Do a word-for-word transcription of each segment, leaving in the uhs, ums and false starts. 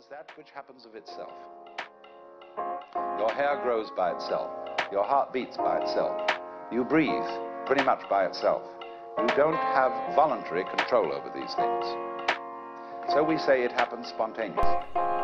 that which happens of itself. Your hair grows by itself. Your heart beats by itself. You breathe pretty much by itself. You don't have voluntary control over these things. So we say it happens spontaneously.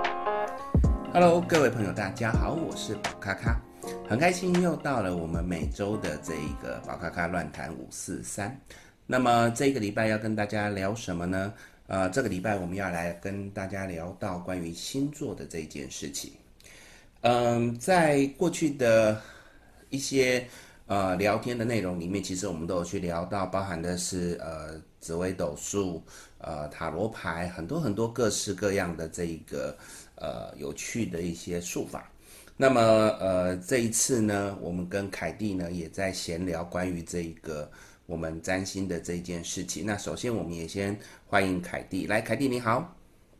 Hello， 各位朋友，大家好，我是宝咖咖，很开心又到了我们每周的这一个宝咖咖乱谈五四三。那么这个礼拜要跟大家聊什么呢？呃，这个礼拜我们要来跟大家聊到关于星座的这一件事情。嗯，在过去的一些呃聊天的内容里面，其实我们都有去聊到，包含的是呃紫微斗数、呃塔罗牌，很多很多各式各样的这一个呃有趣的一些术法。那么呃这一次呢，我们跟凯蒂呢也在闲聊关于这一个我们占星的这一件事情。那首先我们也先欢迎凯蒂，来，凯蒂你好。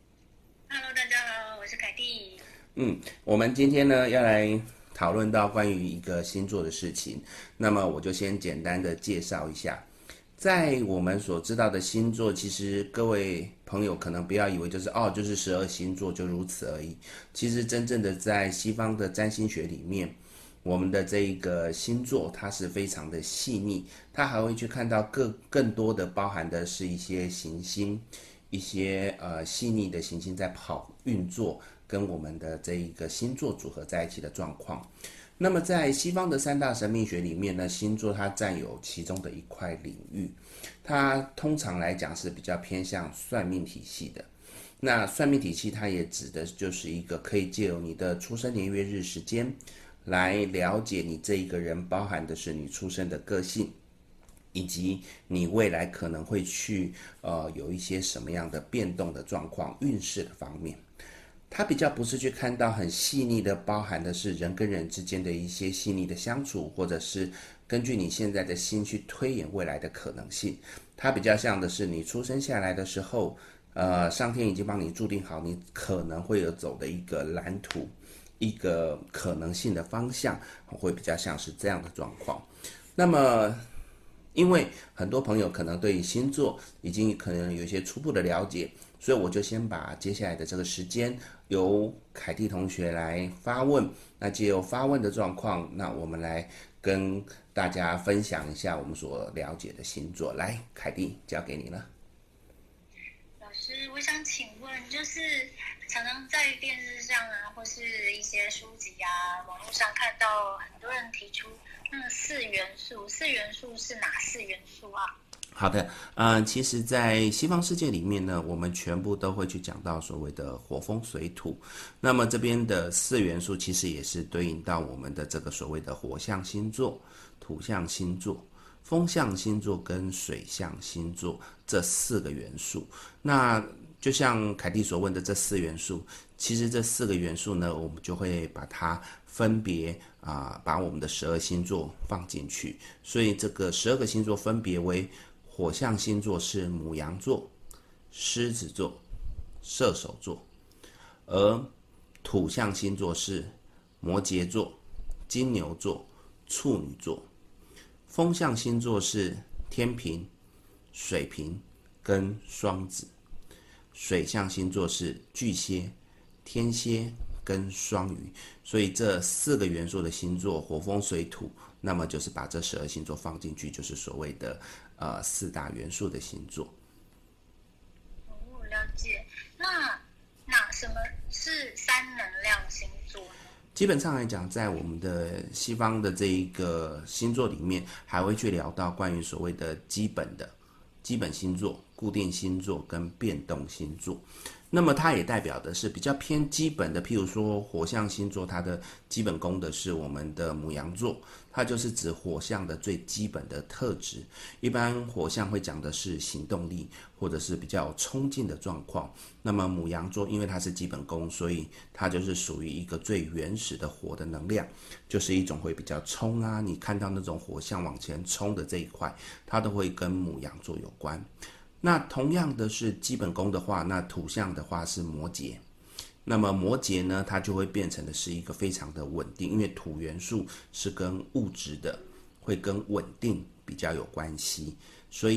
Hello， 大家好，我是凯蒂。 嗯，我们今天呢要来讨论到关于一个星座的事情。那么我就先简单的介绍一下，在我们所知道的星座，其实各位朋友可能不要以为就是哦，就是十二星座就如此而已。其实真正的在西方的占星学里面，我们的这一个星座它是非常的细腻，它还会去看到更更多的包含的是一些行星，一些呃细腻的行星在跑运作，跟我们的这一个星座组合在一起的状况。那么在西方的三大神秘学里面呢，星座它占有其中的一块领域，它通常来讲是比较偏向算命体系的。那算命体系它也指的就是一个可以借由你的出生年月日时间来了解你这一个人，包含的是你出生的个性，以及你未来可能会去呃有一些什么样的变动的状况，运势的方面。它比较不是去看到很细腻的，包含的是人跟人之间的一些细腻的相处，或者是根据你现在的心去推演未来的可能性。它比较像的是你出生下来的时候，呃，上天已经帮你注定好你可能会有走的一个蓝图，一个可能性的方向，会比较像是这样的状况。那么因为很多朋友可能对于星座已经可能有一些初步的了解，所以我就先把接下来的这个时间由凯蒂同学来发问，那藉由发问的状况，那我们来跟大家分享一下我们所了解的星座。来，凯蒂交给你了。 老师，我想请问，就是常常在电视上啊，或是一些书籍啊、网络上看到很多人提出那个四元素，四元素是哪四元素啊？ 好的，嗯，其实在西方世界里面呢，我们全部都会去讲到所谓的火风水土。那么这边的四元素其实也是对应到我们的这个所谓的火象星座、土象星座、风象星座跟水象星座这四个元素。那就像凯蒂所问的这四元素，其实这四个元素呢，我们就会把它分别啊、呃，把我们的十二星座放进去。所以这个十二个星座分别为火象星座是牡羊座、狮子座、射手座，而土象星座是摩羯座、金牛座、处女座，风象星座是天秤、水瓶跟双子，水象星座是巨蟹、天蝎跟双鱼。所以这四个元素的星座，火风水土，那么就是把这十二星座放进去，就是所谓的呃四大元素的星座。 哦，了解。那那什么是三能量星座呢？ 基本上来讲，在我们的西方的这一个星座里面，还会去聊到关于所谓的基本的基本星座、固定星座跟变动星座。那么它也代表的是比较偏基本的，譬如说火象星座，它的基本宫的是我们的牡羊座，它就是指火象的最基本的特质。一般火象会讲的是行动力，或者是比较有冲劲的状况。那么牡羊座因为它是基本宫，所以它就是属于一个最原始的火的能量，就是一种会比较冲啊，你看到那种火象往前冲的这一块，它都会跟牡羊座有关。那同样的是基本宫的话，那土象的话是摩羯。那么摩羯呢，它就会变成的是一个非常的稳定，因为土元素是跟物质的，会跟稳定比较有关系。所以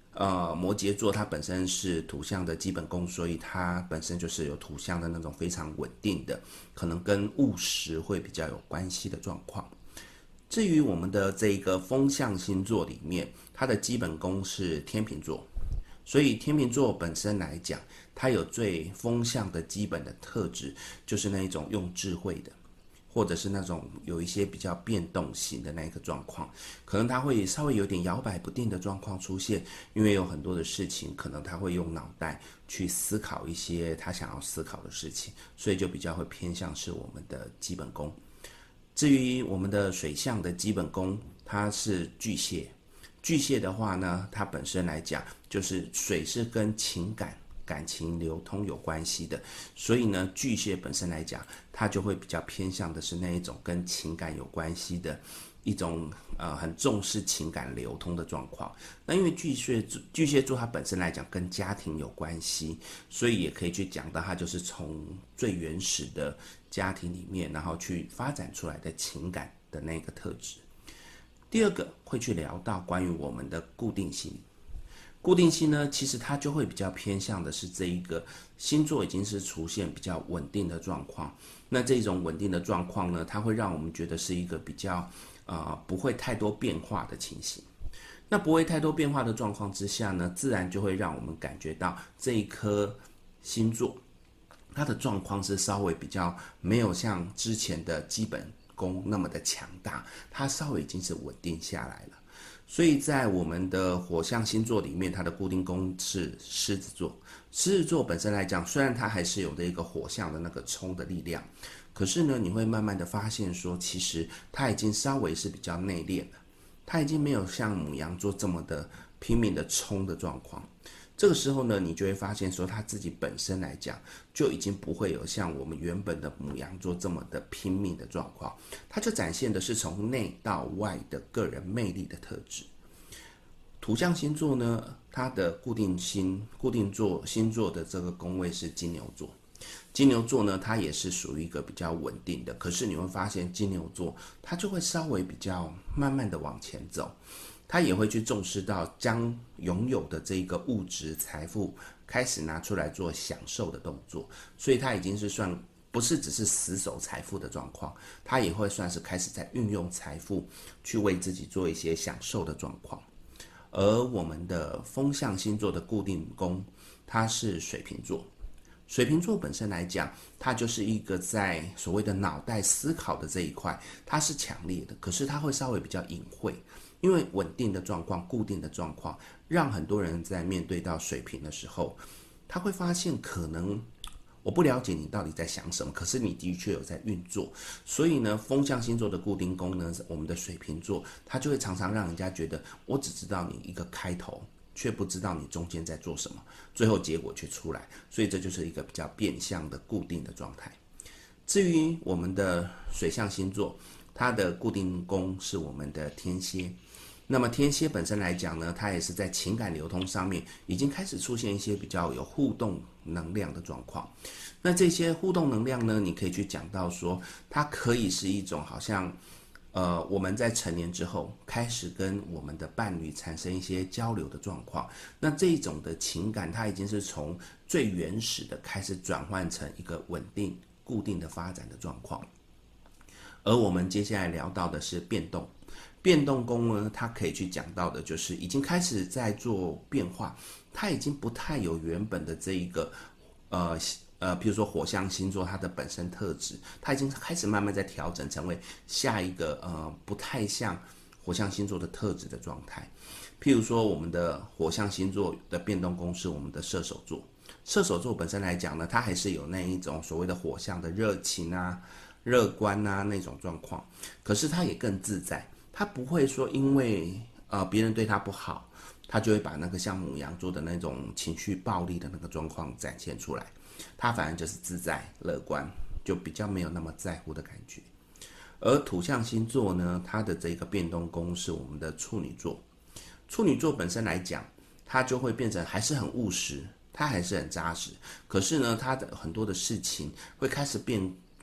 呃，摩羯座它本身是土象的基本宫，所以它本身就是有土象的那种非常稳定的，可能跟务实会比较有关系的状况。至于我们的这一个风象星座里面，它的基本宫是天秤座，所以天秤座本身来讲，它有最风象的基本的特质，就是那一种用智慧的，或者是那种有一些比较变动型的那一个状况，可能它会稍微有点摇摆不定的状况出现，因为有很多的事情，可能他会用脑袋去思考一些他想要思考的事情，所以就比较会偏向是我们的基本宫。至于我们的水象的基本宫，它是巨蟹。巨蟹的话呢，它本身来讲，就是水是跟情感、感情流通有关系的，所以呢，巨蟹本身来讲，它就会比较偏向的是那一种跟情感有关系的一种呃很重视情感流通的状况。那因为巨蟹巨蟹座它本身来讲跟家庭有关系，所以也可以去讲到它就是从最原始的家庭里面，然后去发展出来的情感的那个特质。第二个会去聊到关于我们的固定性。固定性呢，其实它就会比较偏向的是这一个星座已经是出现比较稳定的状况。那这种稳定的状况呢，它会让我们觉得是一个比较呃不会太多变化的情形。那不会太多变化的状况之下呢，自然就会让我们感觉到这一颗星座它的状况是稍微比较没有像之前的基本宫那么的强大，它稍微已经是稳定下来了。所以在我们的火象星座里面，它的固定宫是狮子座。狮子座本身来讲，虽然它还是有的一个火象的那个冲的力量，可是呢，你会慢慢的发现说，其实它已经稍微是比较内敛了，它已经没有像牡羊座这么的拼命的冲的状况。这个时候呢，你就会发现说，他自己本身来讲，就已经不会有像我们原本的牡羊座这么的拼命的状况，它就展现的是从内到外的个人魅力的特质。土象星座呢，它的固定星、固定座星座的这个宫位是金牛座。金牛座呢，它也是属于一个比较稳定的，可是你会发现金牛座它就会稍微比较慢慢的往前走。他也会去重视到将拥有的这个物质财富开始拿出来做享受的动作，所以他已经是算不是只是死守财富的状况，他也会算是开始在运用财富去为自己做一些享受的状况。而我们的风象星座的固定宫，它是水瓶座。水瓶座本身来讲，它就是一个在所谓的脑袋思考的这一块，它是强烈的，可是它会稍微比较隐晦。因为稳定的状况、固定的状况，让很多人在面对到水瓶的时候，他会发现可能我不了解你到底在想什么，可是你的确有在运作。所以呢，风象星座的固定宫呢，我们的水瓶座，它就会常常让人家觉得，我只知道你一个开头，却不知道你中间在做什么，最后结果却出来。所以这就是一个比较变相的固定的状态。至于我们的水象星座，它的固定宫是我们的天蝎。那么天蝎本身来讲呢，它也是在情感流通上面已经开始出现一些比较有互动能量的状况。那这些互动能量呢，你可以去讲到说，它可以是一种好像呃我们在成年之后开始跟我们的伴侣产生一些交流的状况。那这种的情感，它已经是从最原始的开始转换成一个稳定固定的发展的状况。而我们接下来聊到的是变动。变动宫呢，它可以去讲到的就是已经开始在做变化，它已经不太有原本的这一个呃呃，比如说火象星座它的本身特质，它已经开始慢慢在调整成为下一个呃不太像火象星座的特质的状态。譬如说我们的火象星座的变动宫是我们的射手座，射手座本身来讲呢，它还是有那一种所谓的火象的热情啊、乐观啊那种状况，可是它也更自在。他不会说因为呃别人对他不好，他就会把那个像牡羊座的那种情绪暴力的那个状况展现出来。他反而就是自在乐观，就比较没有那么在乎的感觉。而土象星座呢，它的这个变动宫是我们的处女座。处女座本身来讲，它就会变成还是很务实，它还是很扎实，可是呢，它的很多的事情会开始变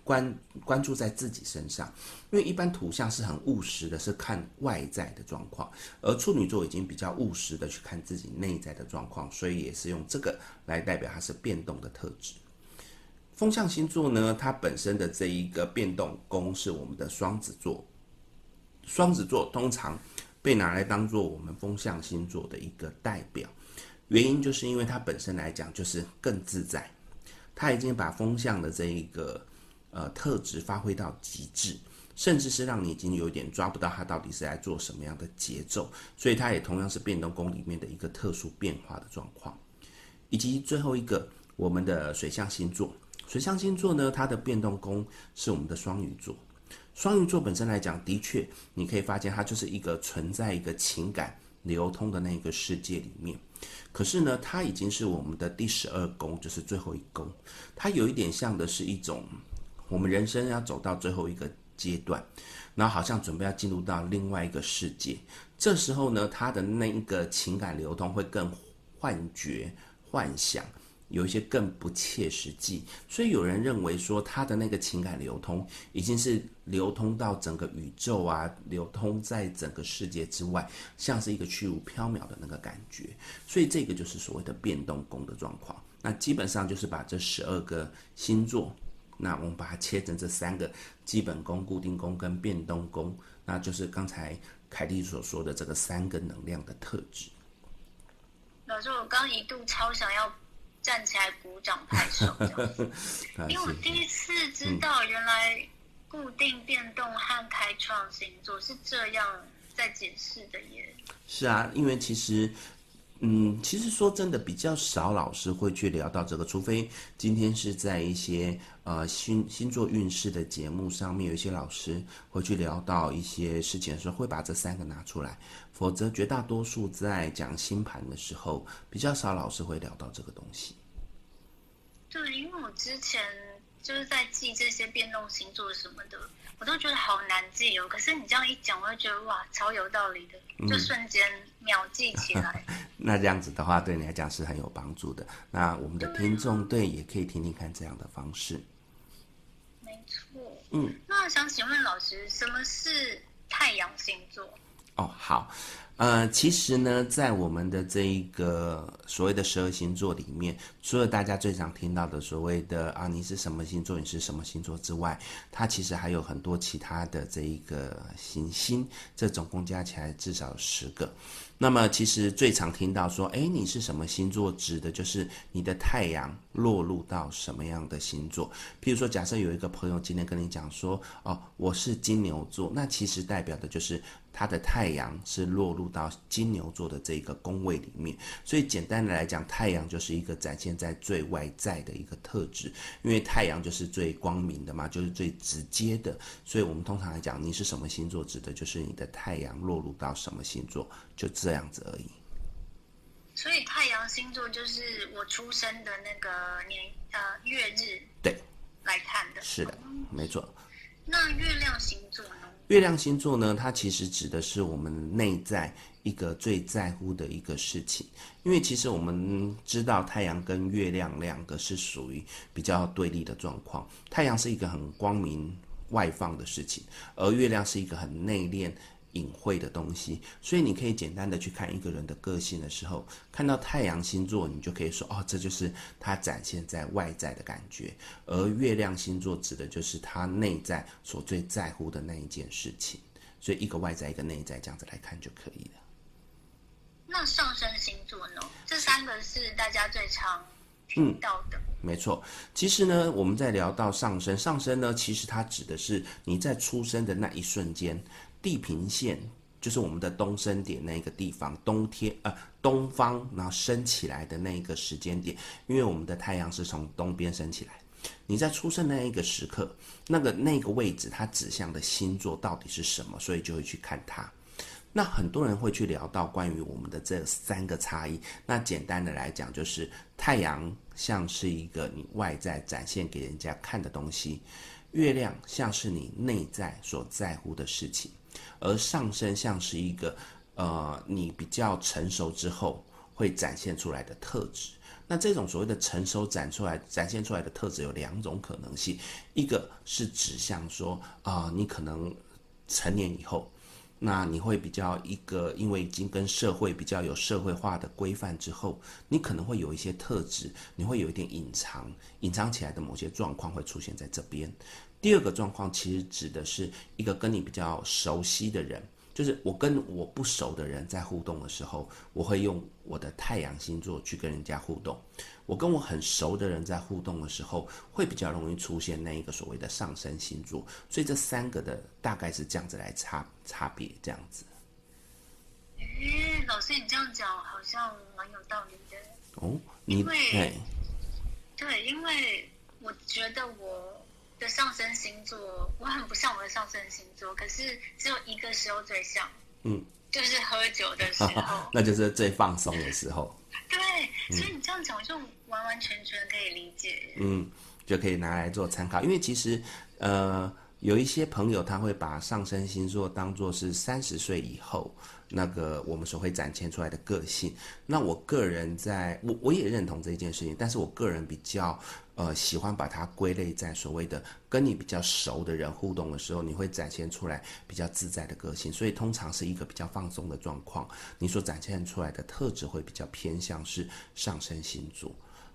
关关注在自己身上，因为一般土象是很务实的，是看外在的状况，而处女座已经比较务实的去看自己内在的状况，所以也是用这个来代表它是变动的特质。风象星座呢，它本身的这一个变动宫是我们的双子座，双子座通常被拿来当做我们风象星座的一个代表，原因就是因为它本身来讲就是更自在，它已经把风象的这一个呃特质发挥到极致，甚至是让你已经有点抓不到它到底是在做什么样的节奏，所以它也同样是变动宫里面的一个特殊变化的状况。以及最后一个，我们的水象星座，水象星座呢，它的变动宫是我们的双鱼座。双鱼座本身来讲，的确你可以发现它就是一个存在一个情感流通的那个世界里面，可是呢，它已经是我们的第十二宫，就是最后一宫，它有一点像的是一种我们人生要走到最后一个阶段，然后好像准备要进入到另外一个世界，这时候呢，它的那一个情感流通会更幻觉、幻想，有一些更不切实际，所以有人认为说他的那个情感流通已经是流通到整个宇宙啊，流通在整个世界之外，像是一个虚无缥缈的那个感觉，所以这个就是所谓的变动宫的状况。那基本上就是把这十二个星座，那我们把它切成这三个基本宫、固定宫跟变动宫，那就是刚才凯蒂所说的这个三个能量的特质。 老师，我刚一度超想要站起来鼓掌拍手这样子因为我第一次知道原来固定、变动和开创星座是这样在解释的耶。 是啊，因为其实嗯，其实说真的，比较少老师会去聊到这个，除非今天是在一些呃星星座运势的节目上面，有一些老师会去聊到一些事情的时候，会把这三个拿出来，否则绝大多数在讲星盘的时候，比较少老师会聊到这个东西。 对，因为我之前就是在记这些变动星座什么的，我都觉得好难记哦。可是你这样一讲，我就觉得哇，超有道理的，就瞬间秒记起来。嗯、 那这样子的话，对你来讲是很有帮助的。那我们的听众对、啊、对也可以听听看这样的方式。 没错。 嗯， 那想请问老师，什么是太阳星座？ 哦，好。呃，其实呢，在我们的这一个所谓的十二星座里面，除了大家最常听到的所谓的啊，你是什么星座，你是什么星座之外，它其实还有很多其他的这一个行星，这总共加起来至少有十个。那么其实最常听到说，哎，你是什么星座，指的就是你的太阳落入到什么样的星座。譬如说，假设有一个朋友今天跟你讲说，哦，我是金牛座，那其实代表的就是他的太阳是落入到金牛座的这个宫位里面。所以简单的来讲，太阳就是一个展现在最外在的一个特质，因为太阳就是最光明的嘛，就是最直接的，所以我们通常来讲，你是什么星座，指的就是你的太阳落入到什么星座，就这样子而已。 所以太阳星座就是我出生的那个年呃月日对来看的。 是的，没错。 那月亮星座呢？ 月亮星座呢，它其实指的是我们内在一个最在乎的一个事情，因为其实我们知道太阳跟月亮两个是属于比较对立的状况，太阳是一个很光明外放的事情，而月亮是一个很内敛隐晦的东西，所以你可以简单的去看一个人的个性的时候，看到太阳星座，你就可以说，哦，这就是他展现在外在的感觉，而月亮星座指的就是他内在所最在乎的那一件事情，所以一个外在一个内在这样子来看就可以了。 那上升星座呢？这三个是大家最常听到的。 嗯，没错。其实呢，我们在聊到上升，上升呢，其实它指的是你在出生的那一瞬间，地平线就是我们的东升点那个地方，东天呃东方，然后升起来的那一个时间点，因为我们的太阳是从东边升起来。你在出生的那一个时刻，那个那个位置，它指向的星座到底是什么，所以就会去看它。那很多人会去聊到关于我们的这三个差异，那简单的来讲，就是太阳像是一个你外在展现给人家看的东西，月亮像是你内在所在乎的事情，而上升像是一个呃你比较成熟之后会展现出来的特质。 那这种所谓的成熟展出来、展现出来的特质有两种可能性，一个是指向说啊、呃，你可能成年以后。那你会比较一个，因为已经跟社会比较有社会化的规范之后，你可能会有一些特质，你会有一点隐藏，隐藏起来的某些状况会出现在这边。第二个状况其实指的是一个跟你比较熟悉的人，就是我跟我不熟的人在互动的时候，我会用我的太阳星座去跟人家互动。我跟我很熟的人在互动的时候，会比较容易出现那一个所谓的上升星座，所以这三个的大概是这样子来差差别这样子。 诶，老师你这样讲好像蛮有道理的哦。你因为对对，因为我觉得我的上升星座，我很不像我的上升星座，可是只有一个时候最像， 嗯， 就是喝酒的时候， 那就是最放松的时候。 对，所以你这样讲，我就完完全全可以理解。 嗯，就可以拿来做参考，因为其实呃有一些朋友他会把上升星座当作是三十岁以后那个我们所会展现出来的个性。那我个人在我我也认同这一件事情，但是我个人比较呃喜欢把它归类在所谓的跟你比较熟的人互动的时候，你会展现出来比较自在的个性，所以通常是一个比较放松的状况，你所展现出来的特质会比较偏向是上升星座。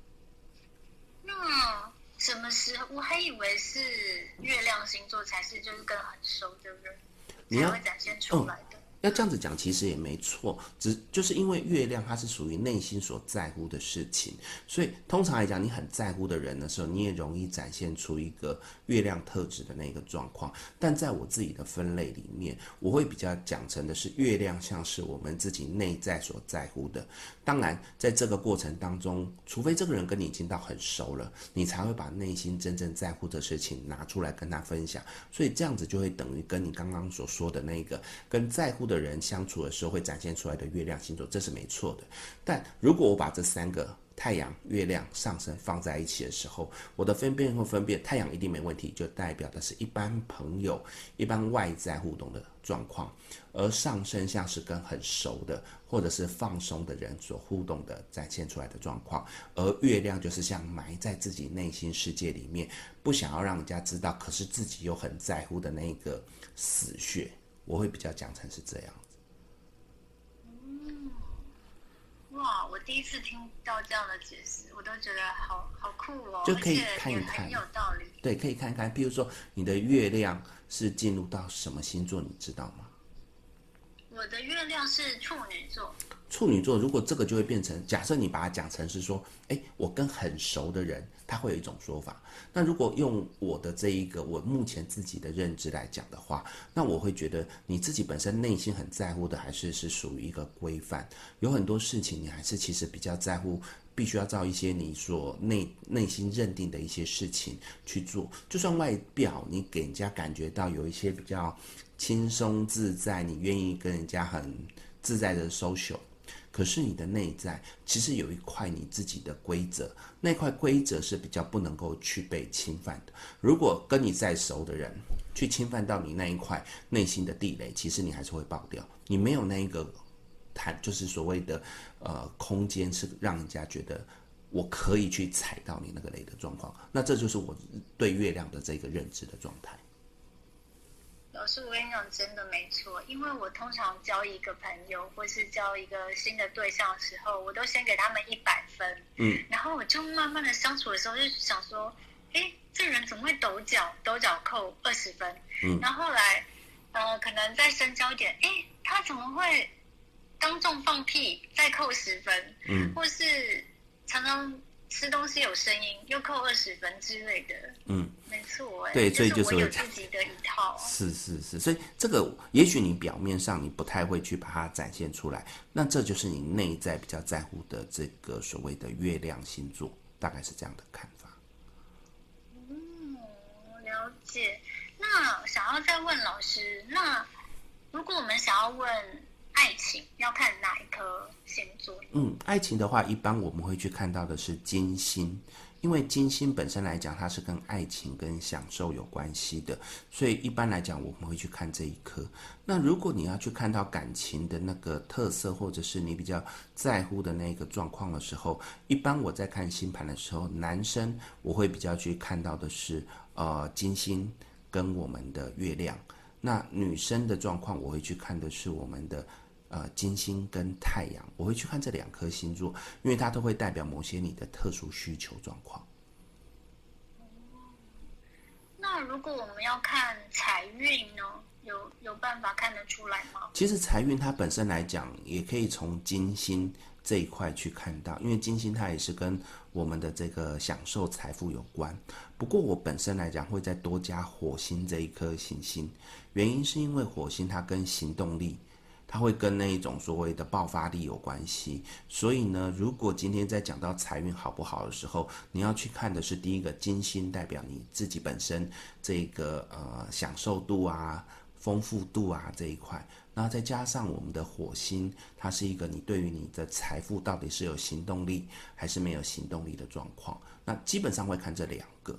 那什么时候？我还以为是月亮星座才是，就是跟很熟的人才会展现出来的。 要这样子讲其实也没错，只就是因为月亮它是属于内心所在乎的事情，所以通常来讲你很在乎的人的时候，你也容易展现出一个月亮特质的那个状况。但在我自己的分类里面，我会比较讲成的是月亮像是我们自己内在所在乎的。当然在这个过程当中，除非这个人跟你已经到很熟了，你才会把内心真正在乎的事情拿出来跟他分享，所以这样子就会等于跟你刚刚所说的那个跟在乎的的人相处的时候会展现出来的月亮星座，这是没错的。但如果我把这三个太阳、月亮、上升放在一起的时候，我的分辨会分辨太阳一定没问题，就代表的是一般朋友、一般外在互动的状况，而上升像是跟很熟的或者是放松的人所互动的展现出来的状况，而月亮就是像埋在自己内心世界里面，不想要让人家知道，可是自己又很在乎的那个死穴。我会比较讲成是这样子。 嗯，哇，我第一次听到这样的解释，我都觉得好好酷哦， 就可以看一看， 而且也很有道理。 对，可以看一看。譬如说，你的月亮是进入到什么星座，你知道吗？ 我的月亮是处女座。 处女座，如果这个就会变成，假设你把它讲成是说，哎，我跟很熟的人，他会有一种说法。那如果用我的这一个我目前自己的认知来讲的话，那我会觉得你自己本身内心很在乎的，还是是属于一个规范。有很多事情你还是其实比较在乎，必须要照一些你所内内心认定的一些事情去做。就算外表你给人家感觉到有一些比较轻松自在，你愿意跟人家很自在的 social。可是你的内在其实有一块你自己的规则，那块规则是比较不能够去被侵犯的。如果跟你再熟的人去侵犯到你那一块内心的地雷，其实你还是会爆掉。你没有那一个谈，就是所谓的呃空间，是让人家觉得我可以去踩到你那个雷的状况。那这就是我对月亮的这个认知的状态。 老师，我跟你讲，真的没错。因为我通常交一个朋友，或是交一个新的对象的时候，我都先给他们一百分， 嗯， 然后我就慢慢的相处的时候，就想说，哎，这人怎么会抖脚？抖脚扣二十分，嗯，然后后来，呃，可能再深交一点，哎，他怎么会当众放屁？再扣十分，嗯，或是常常吃东西有声音，又扣二十分之类的。嗯，没错，哎， 对，所以就是我有自己的一套。 是是是，所以这个也许你表面上你不太会去把它展现出来，那这就是你内在比较在乎的这个所谓的月亮星座，大概是这样的看法。 嗯，了解。那想要再问老师，那如果我们想要问爱情，要看哪一颗星座？ 嗯，爱情的话，一般我们会去看到的是金星， 因为金星本身来讲，它是跟爱情跟享受有关系的，所以一般来讲我们会去看这一颗。那如果你要去看到感情的那个特色，或者是你比较在乎的那个状况的时候，一般我在看星盘的时候，男生我会比较去看到的是呃金星跟我们的月亮，那女生的状况我会去看的是我们的呃金星跟太阳，我会去看这两颗星座，因为它都会代表某些你的特殊需求状况。 那如果我们要看财运呢，有有办法看得出来吗？ 其实财运它本身来讲，也可以从金星这一块去看到，因为金星它也是跟我们的这个享受财富有关。不过我本身来讲会再多加火星这一颗行星，原因是因为火星它跟行动力，它会跟那一种所谓的爆发力有关系。所以呢，如果今天在讲到财运好不好的时候，你要去看的是第一个金星代表你自己本身这个呃享受度啊、丰富度啊这一块，然后再加上我们的火星，它是一个你对于你的财富到底是有行动力还是没有行动力的状况。那基本上会看这两个。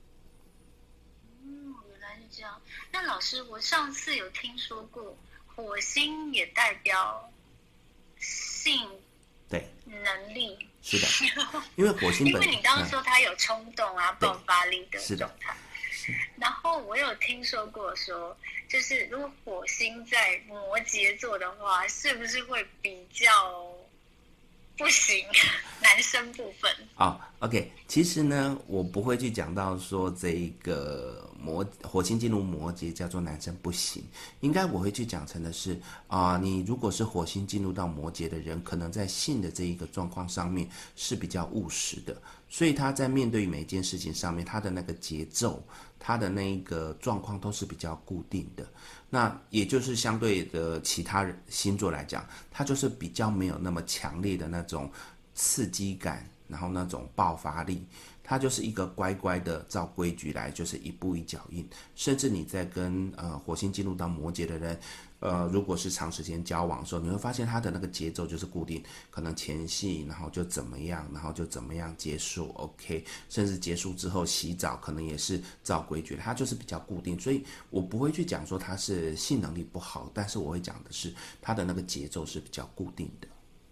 嗯，原来是这样。那老师，我上次有听说过，火星也代表性对能力。 是的，因为火星本因为你刚刚说他有冲动啊、爆发力的是的状态。然后我有听说过说，就是如果火星在摩羯座的话，是不是会比较不行？男生部分哦 OK， 其实呢，我不会去讲到说这一个摩火星进入摩羯叫做男生不行，应该我会去讲成的是啊、呃，你如果是火星进入到摩羯的人，可能在性的这一个状况上面是比较务实的，所以他在面对每件事情上面，他的那个节奏，他的那一个状况都是比较固定的。那也就是相对的其他星座来讲，他就是比较没有那么强烈的那种刺激感，然后那种爆发力，他就是一个乖乖的照规矩来，就是一步一脚印。甚至你在跟呃火星进入到摩羯的人，呃，如果是长时间交往的时候，你会发现他的那个节奏就是固定，可能前戏，然后就怎么样，然后就怎么样结束 ，OK， 甚至结束之后洗澡，可能也是照规矩，他就是比较固定，所以我不会去讲说他是性能力不好，但是我会讲的是他的那个节奏是比较固定的。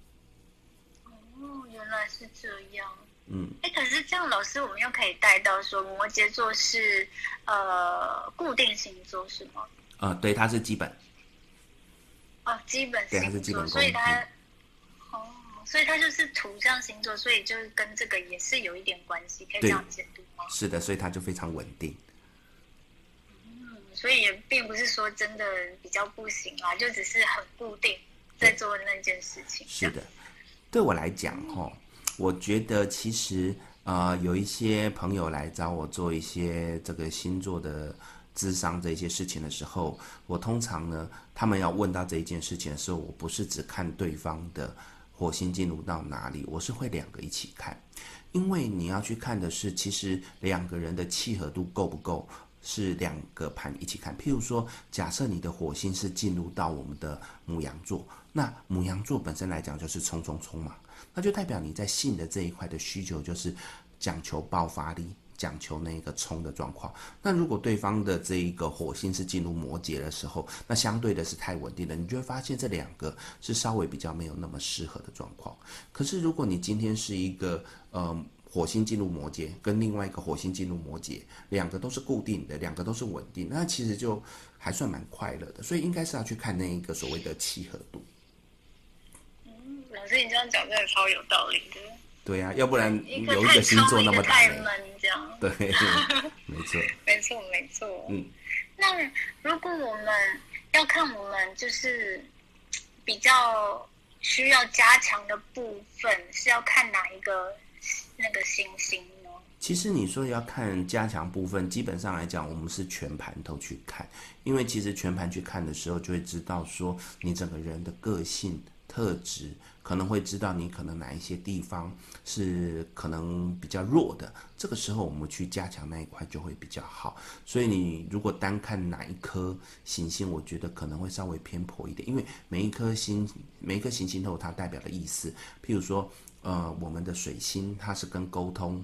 哦，原来是这样。 嗯， 哎，可是这样，老师，我们又可以带到说，摩羯座是呃固定星座是吗？ 呃，对，它是基本。 哦，基本对，它是星座， 基本功。 所以它嗯哦，所以它就是土象星座，所以就是跟这个也是有一点关系，可以这样解读吗？ 是的，所以它就非常稳定。 嗯，所以也并不是说真的比较不行啦，就只是很固定在做那件事情。 是的，对我来讲齁，我觉得其实呃有一些朋友来找我做一些这个星座的咨商这一些事情的时候，我通常呢，他们要问到这一件事情的时候，我不是只看对方的火星进入到哪里，我是会两个一起看，因为你要去看的是，其实两个人的契合度够不够，是两个盘一起看。譬如说，假设你的火星是进入到我们的牡羊座，那牡羊座本身来讲就是冲冲冲嘛，那就代表你在性的这一块的需求就是讲求爆发力，讲求那个冲的状况。那如果对方的这一个火星是进入摩羯的时候，那相对的是太稳定了，你就会发现这两个是稍微比较没有那么适合的状况。可是如果你今天是一个呃火星进入摩羯，跟另外一个火星进入摩羯，两个都是固定的，两个都是稳定，那其实就还算蛮快乐的。所以应该是要去看那一个所谓的契合度。 嗯，老师你这样讲真的超有道理的。 对啊，要不然一个有一个星座那么太倒霉。 闷这样。 对，没错。 没错，没错。 嗯， 那如果我们要看我们就是比较需要加强的部分，是要看哪一个那个星星呢？ 其实你说要看加强部分，基本上来讲，我们是全盘都去看，因为其实全盘去看的时候，就会知道说你整个人的个性特质，可能会知道你可能哪一些地方是可能比较弱的，这个时候我们去加强那一块就会比较好。所以你如果单看哪一颗行星，我觉得可能会稍微偏颇一点，因为每一颗星每一颗行星都有它代表的意思。譬如说，呃，我们的水星它是跟沟通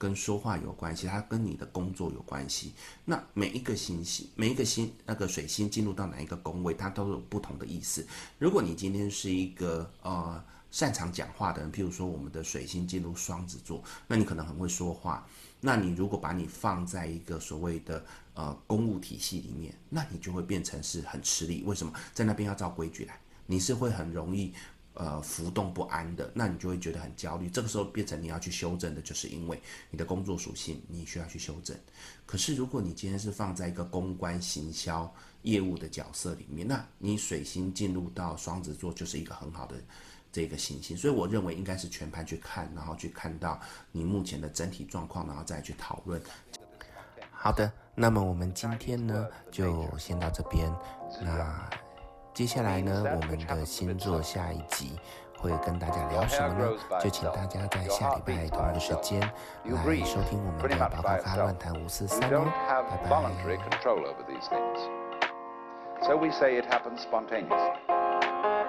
跟说话有关系，它跟你的工作有关系。那每一个星星，每一个星那个水星进入到哪一个宫位，它都有不同的意思。如果你今天是一个呃擅长讲话的人，譬如说我们的水星进入双子座，那你可能很会说话。那你如果把你放在一个所谓的呃公务体系里面，那你就会变成是很吃力。为什么？在那边要照规矩来，你是会很容易呃浮动不安的，那你就会觉得很焦虑。这个时候变成你要去修正的，就是因为你的工作属性你需要去修正。可是如果你今天是放在一个公关行销业务的角色里面，那你水星进入到双子座就是一个很好的这个行星，所以我认为应该是全盘去看，然后去看到你目前的整体状况，然后再去讨论。好的，那么我们今天呢就先到这边。那接下来呢，我们的星座下一集会跟大家聊什么呢？就请大家在下礼拜同一个时间来收听我们的宝咖咖乱谈五四三哦，拜拜。 So we say it happens spontaneously.